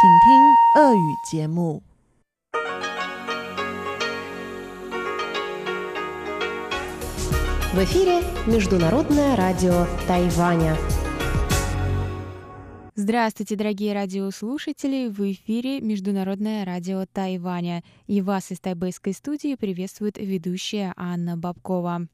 请听俄语节目。 В эфире Международное радио Тайваня. Здравствуйте, дорогие радиослушатели! В эфире Международное радио Тайваня. И вас из тайбэйской студии приветствует ведущая Анна Бабкова.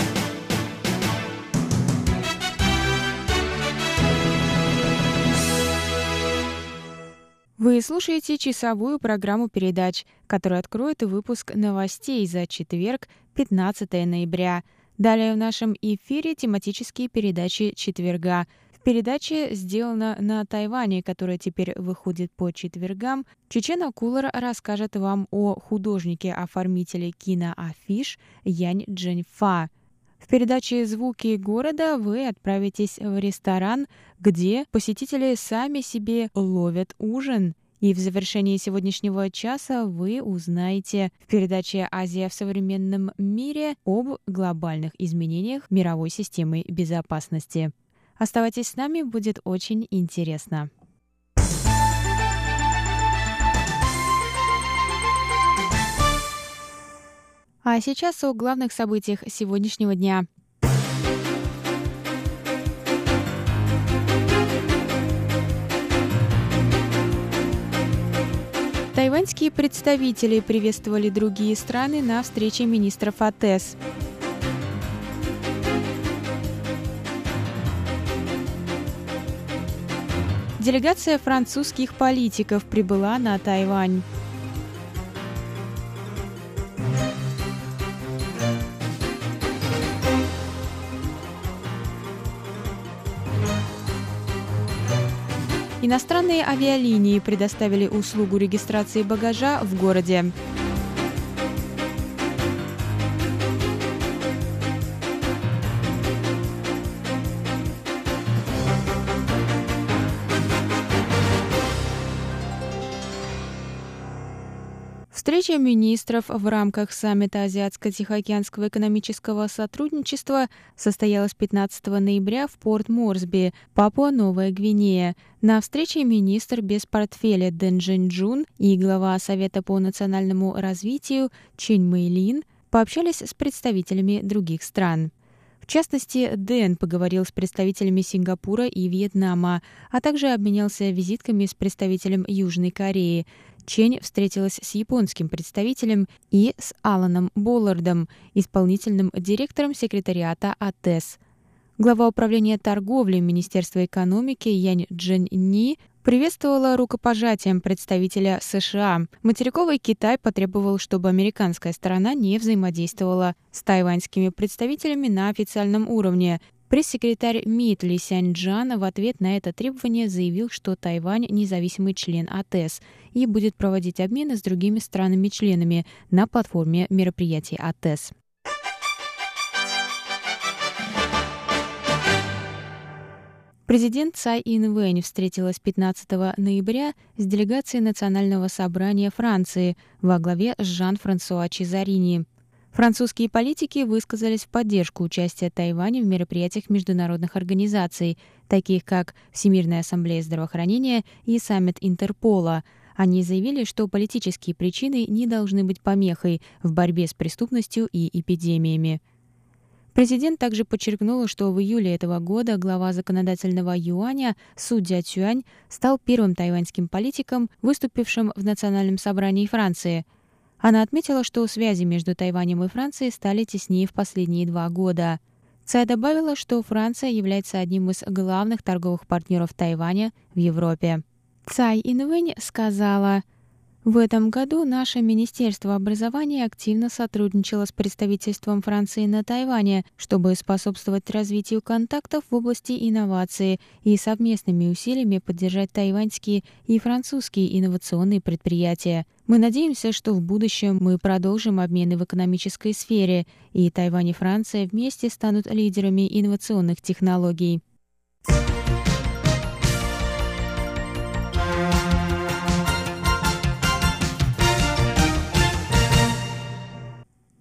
Вы слушаете часовую программу передач, которая откроет выпуск новостей за четверг, 15 ноября. Далее в нашем эфире тематические передачи четверга. В передаче «Сделано на Тайване», которая теперь выходит по четвергам, Чечена Кулар расскажет вам о художнике-оформителе киноафиш Янь Джэньфа. В передаче «Звуки города» вы отправитесь в ресторан, где посетители сами себе ловят ужин. И в завершении сегодняшнего часа вы узнаете в передаче «Азия в современном мире» об глобальных изменениях мировой системы безопасности. Оставайтесь с нами, будет очень интересно. А сейчас о главных событиях сегодняшнего дня. Тайваньские представители приветствовали другие страны на встрече министров АТЭС. Делегация французских политиков прибыла на Тайвань. Иностранные авиалинии предоставили услугу регистрации багажа в городе. Встреча министров в рамках саммита Азиатско-Тихоокеанского экономического сотрудничества состоялась 15 ноября в порт Морсби, Папуа-Новая Гвинея. На встрече министр без портфеля Дэн Джэньчжун и глава Совета по национальному развитию Чэнь Мэйлин пообщались с представителями других стран. В частности, Дэн поговорил с представителями Сингапура и Вьетнама, а также обменялся визитками с представителем Южной Кореи. Чэнь встретилась с японским представителем и с Аланом Боллардом, исполнительным директором секретариата АТЭС. Глава управления торговли Министерства экономики Янь Джэньни приветствовала рукопожатием представителя США. Материковый Китай потребовал, чтобы американская сторона не взаимодействовала с тайваньскими представителями на официальном уровне. Пресс-секретарь МИД Ли Сяньчжан в ответ на это требование заявил, что Тайвань – независимый член АТЭС и будет проводить обмены с другими странами-членами на платформе мероприятий АТЭС. Президент Цай Ин-вэнь встретилась 15 ноября с делегацией Национального собрания Франции во главе с Жан-Франсуа Чезарини. Французские политики высказались в поддержку участия Тайваня в мероприятиях международных организаций, таких как Всемирная ассамблея здравоохранения и саммит Интерпола. Они заявили, что политические причины не должны быть помехой в борьбе с преступностью и эпидемиями. Президент также подчеркнул, что в июле этого года глава законодательного юаня Су Цзяцюань стал первым тайваньским политиком, выступившим в Национальном собрании Франции. Она отметила, что связи между Тайванем и Францией стали теснее в последние 2 года. Цай добавила, что Франция является одним из главных торговых партнеров Тайваня в Европе. Цай Ин-вэнь сказала: «В этом году наше Министерство образования активно сотрудничало с представительством Франции на Тайване, чтобы способствовать развитию контактов в области инноваций и совместными усилиями поддержать тайваньские и французские инновационные предприятия. Мы надеемся, что в будущем мы продолжим обмены в экономической сфере, и Тайвань и Франция вместе станут лидерами инновационных технологий».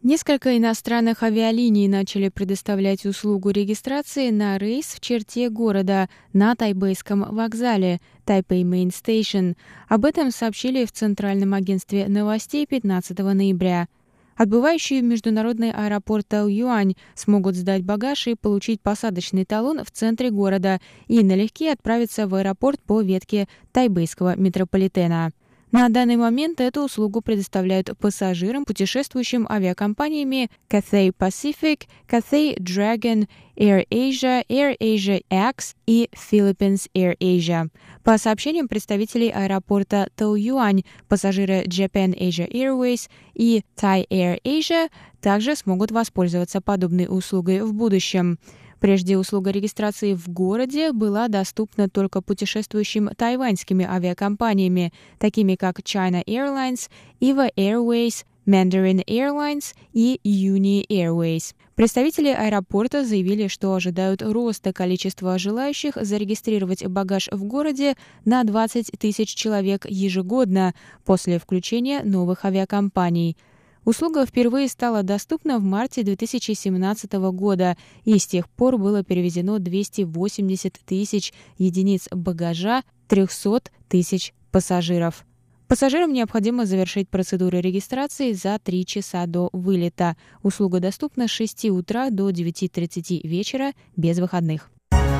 Несколько иностранных авиалиний начали предоставлять услугу регистрации на рейс в черте города на тайбэйском вокзале Taipei Main Station. Об этом сообщили в Центральном агентстве новостей 15 ноября. Отбывающие в международный аэропорт Таоюань смогут сдать багаж и получить посадочный талон в центре города и налегке отправиться в аэропорт по ветке тайбэйского метрополитена. На данный момент эту услугу предоставляют пассажирам, путешествующим авиакомпаниями Cathay Pacific, Cathay Dragon, AirAsia, AirAsia X и Philippines AirAsia. По сообщениям представителей аэропорта Таоюань, пассажиры Japan Asia Airways и Thai Air Asia также смогут воспользоваться подобной услугой в будущем. Прежде услуга регистрации в городе была доступна только путешествующим тайваньскими авиакомпаниями, такими как China Airlines, EVA Airways, Mandarin Airlines и Uni Airways. Представители аэропорта заявили, что ожидают роста количества желающих зарегистрировать багаж в городе на 20 тысяч человек ежегодно после включения новых авиакомпаний. Услуга впервые стала доступна в марте 2017 года, и с тех пор было перевезено 280 тысяч единиц багажа 300 тысяч пассажиров. Пассажирам необходимо завершить процедуру регистрации за 3 часа до вылета. Услуга доступна с 6 утра до 9:30 вечера без выходных.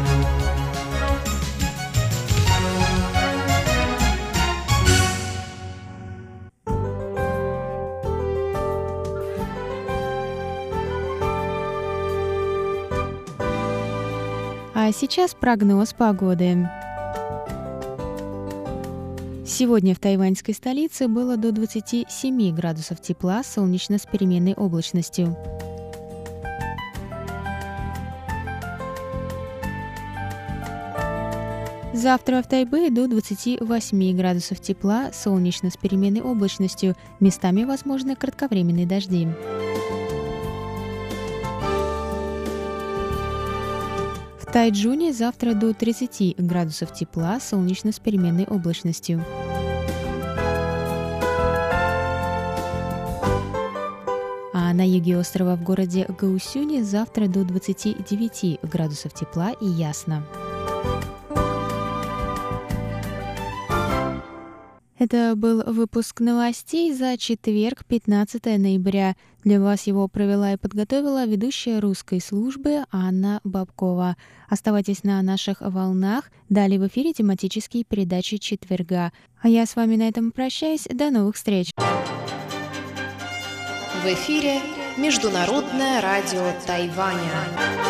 А сейчас прогноз погоды. Сегодня в тайваньской столице было до 27 градусов тепла, солнечно с переменной облачностью. Завтра в Тайбэе до 28 градусов тепла, солнечно с переменной облачностью, местами возможны кратковременные дожди. В Тайчжуне завтра до 30 градусов тепла, солнечно с переменной облачностью. А на юге острова в городе Гаосюне завтра до 29 градусов тепла и ясно. Это был выпуск новостей за четверг, 15 ноября. Для вас его провела и подготовила ведущая русской службы Анна Бабкова. Оставайтесь на наших волнах. Далее в эфире тематические передачи четверга. А я с вами на этом прощаюсь. До новых встреч. В эфире Международное радио Тайваня.